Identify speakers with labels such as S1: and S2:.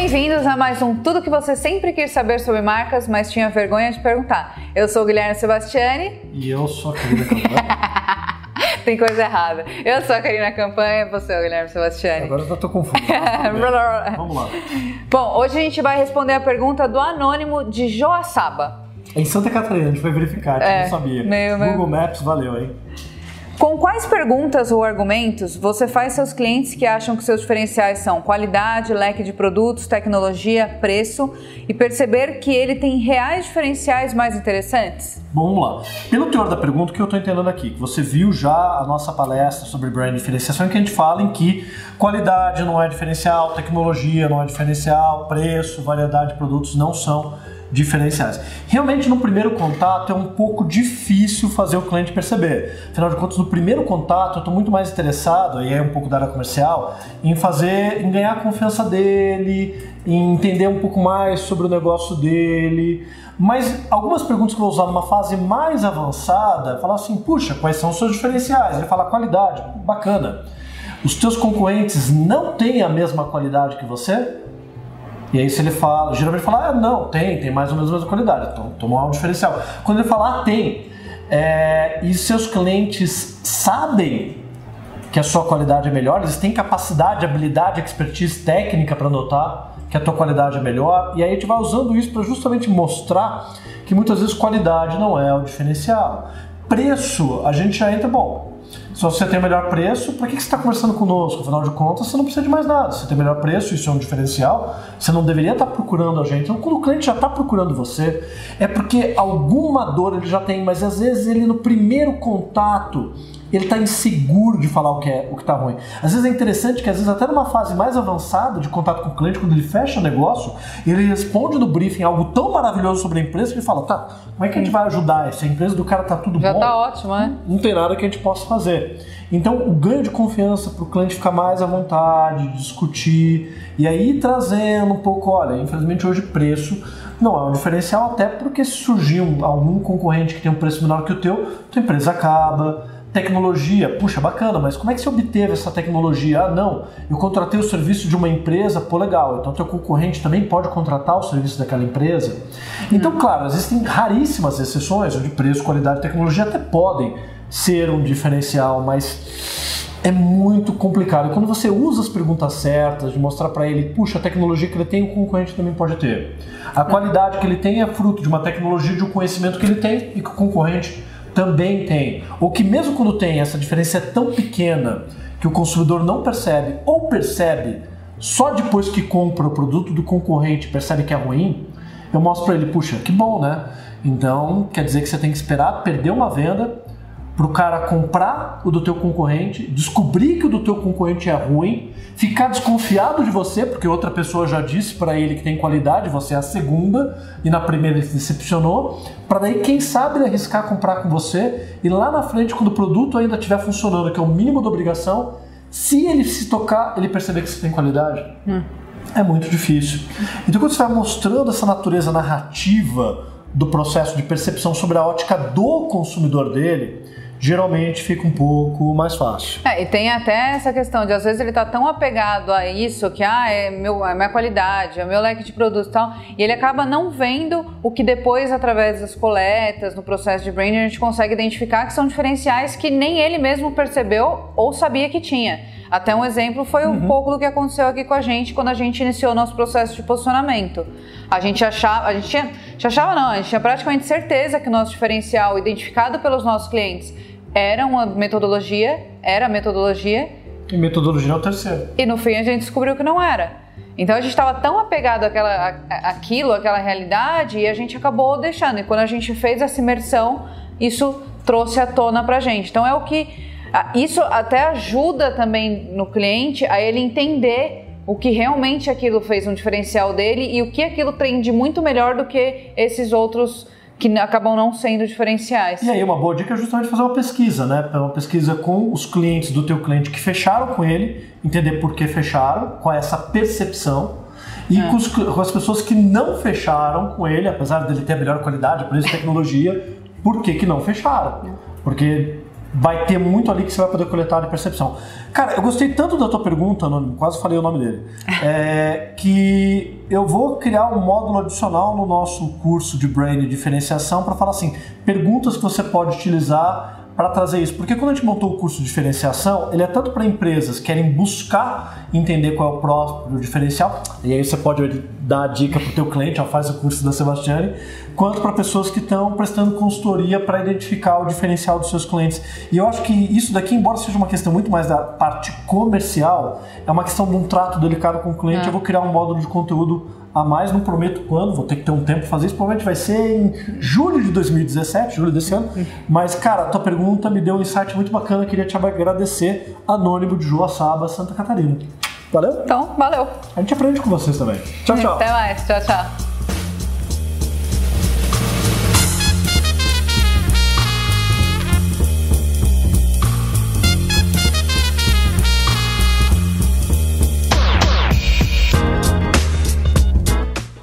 S1: Bem-vindos a mais um Tudo que você sempre quis saber sobre marcas, mas tinha vergonha de perguntar. Eu sou o Guilherme Sebastiani.
S2: E eu sou a Karina Campanha.
S1: Tem coisa errada. Eu sou a Karina Campanha, você é o Guilherme Sebastiani.
S2: Agora eu já tô confuso. Vamos lá.
S1: Bom, hoje a gente vai responder a pergunta do anônimo de Joaçaba.
S2: Em Santa Catarina, a gente vai verificar, a gente não sabia. Google Maps, valeu, hein?
S1: Com quais perguntas ou argumentos você faz seus clientes que acham que seus diferenciais são qualidade, leque de produtos, tecnologia, preço e perceber que ele tem reais diferenciais mais interessantes?
S2: Bom, vamos lá. Pelo teor da pergunta, o que eu estou entendendo aqui? Que você viu já a nossa palestra sobre brand diferenciação, em que a gente fala em que qualidade não é diferencial, tecnologia não é diferencial, preço, variedade de produtos não são diferenciais. Realmente, no primeiro contato é um pouco difícil fazer o cliente perceber. Afinal de contas, no primeiro contato eu estou muito mais interessado, e é um pouco da área comercial, em ganhar a confiança dele, em entender um pouco mais sobre o negócio dele. Mas algumas perguntas que eu vou usar numa fase mais avançada, falar assim, puxa, quais são os seus diferenciais? Ele fala qualidade, bacana. Os teus concorrentes não têm a mesma qualidade que você? E aí se ele fala, geralmente fala, não, tem mais ou menos a mesma qualidade, então toma um diferencial. Quando ele fala, tem, e seus clientes sabem que a sua qualidade é melhor, eles têm capacidade, habilidade, expertise técnica para notar que a tua qualidade é melhor, e aí a gente vai usando isso para justamente mostrar que muitas vezes qualidade não é o diferencial. Preço, a gente já entra, bom, se você tem o melhor preço, para que você está conversando conosco? Afinal de contas, você não precisa de mais nada. Você tem o melhor preço, isso é um diferencial. Você não deveria estar procurando a gente. Então, quando o cliente já está procurando você, é porque alguma dor ele já tem, mas às vezes ele no primeiro contato, ele está inseguro de falar o que está ruim. Às vezes é interessante que, às vezes, até numa fase mais avançada de contato com o cliente, quando ele fecha o negócio, ele responde no briefing algo tão maravilhoso sobre a empresa que ele fala, tá, como é que a gente vai ajudar? Se a empresa do cara tá tudo
S1: já
S2: bom,
S1: tá ótimo, né?
S2: Não tem nada que a gente possa fazer. Então, o ganho de confiança para o cliente ficar mais à vontade, discutir, e aí trazendo um pouco, olha, infelizmente hoje preço não é um diferencial, até porque se surgir algum concorrente que tem um preço menor que o teu, tua empresa acaba. Tecnologia, puxa, bacana, mas como é que você obteve essa tecnologia? Ah, não, eu contratei o serviço de uma empresa, pô, legal, então teu concorrente também pode contratar o serviço daquela empresa. Então, claro, existem raríssimas exceções, onde preço, qualidade e tecnologia até podem ser um diferencial, mas é muito complicado. E quando você usa as perguntas certas, de mostrar para ele, puxa, a tecnologia que ele tem, o concorrente também pode ter. A qualidade que ele tem é fruto de uma tecnologia, de um conhecimento que ele tem e que o concorrente também tem, ou que mesmo quando tem, essa diferença é tão pequena que o consumidor não percebe, ou percebe só depois que compra o produto do concorrente, percebe que é ruim, eu mostro para ele, puxa, que bom, né? Então, quer dizer que você tem que esperar perder uma venda para o cara comprar o do teu concorrente, descobrir que o do teu concorrente é ruim, ficar desconfiado de você, porque outra pessoa já disse para ele que tem qualidade, você é a segunda, e na primeira ele se decepcionou, para daí, quem sabe, ele arriscar comprar com você, e lá na frente, quando o produto ainda estiver funcionando, que é o mínimo da obrigação, se ele se tocar, ele perceber que você tem qualidade. É muito difícil. Então, quando você vai mostrando essa natureza narrativa do processo de percepção sobre a ótica do consumidor dele, geralmente fica um pouco mais fácil.
S1: E tem até essa questão de, às vezes, ele tá tão apegado a isso, que é minha qualidade, é meu leque de produtos e tal, e ele acaba não vendo o que depois, através das coletas, no processo de branding, a gente consegue identificar que são diferenciais que nem ele mesmo percebeu ou sabia que tinha. Até um exemplo foi um pouco do que aconteceu aqui com a gente quando a gente iniciou nosso processo de posicionamento. A gente tinha praticamente certeza que o nosso diferencial, identificado pelos nossos clientes, era a metodologia.
S2: E metodologia é o terceiro.
S1: E no fim a gente descobriu que não era. Então a gente estava tão apegado àquela realidade, e a gente acabou deixando. E quando a gente fez essa imersão, isso trouxe à tona pra gente. Então isso até ajuda também no cliente a ele entender o que realmente aquilo fez um diferencial dele e o que aquilo tem de muito melhor do que esses outros que acabam não sendo diferenciais.
S2: E aí uma boa dica é justamente fazer uma pesquisa, né? Uma pesquisa com os clientes do teu cliente que fecharam com ele, entender por que fecharam, qual é essa percepção, e com as pessoas que não fecharam com ele, apesar dele ter a melhor qualidade, preço e tecnologia, por que não fecharam? Porque vai ter muito ali que você vai poder coletar de percepção. Cara, eu gostei tanto da tua pergunta, Anônimo, quase falei o nome dele, que eu vou criar um módulo adicional no nosso curso de Brain e diferenciação para falar assim, perguntas que você pode utilizar para trazer isso. Porque quando a gente montou o curso de diferenciação, ele é tanto para empresas que querem buscar entender qual é o próprio diferencial, e aí você pode dar a dica para o teu cliente, faz o curso da Sebastiane, quanto para pessoas que estão prestando consultoria para identificar o diferencial dos seus clientes. E eu acho que isso daqui, embora seja uma questão muito mais da parte comercial, é uma questão de um trato delicado com o cliente. Eu vou criar um módulo de conteúdo a mais, não prometo quando, vou ter que ter um tempo para fazer isso, provavelmente vai ser em julho de 2017, julho desse ano. Mas, cara, a tua pergunta me deu um insight muito bacana, queria te agradecer, Anônimo de Joaçaba, Santa Catarina. Valeu?
S1: Então, valeu.
S2: A gente aprende com vocês também. Tchau, tchau.
S1: Até mais, tchau, tchau.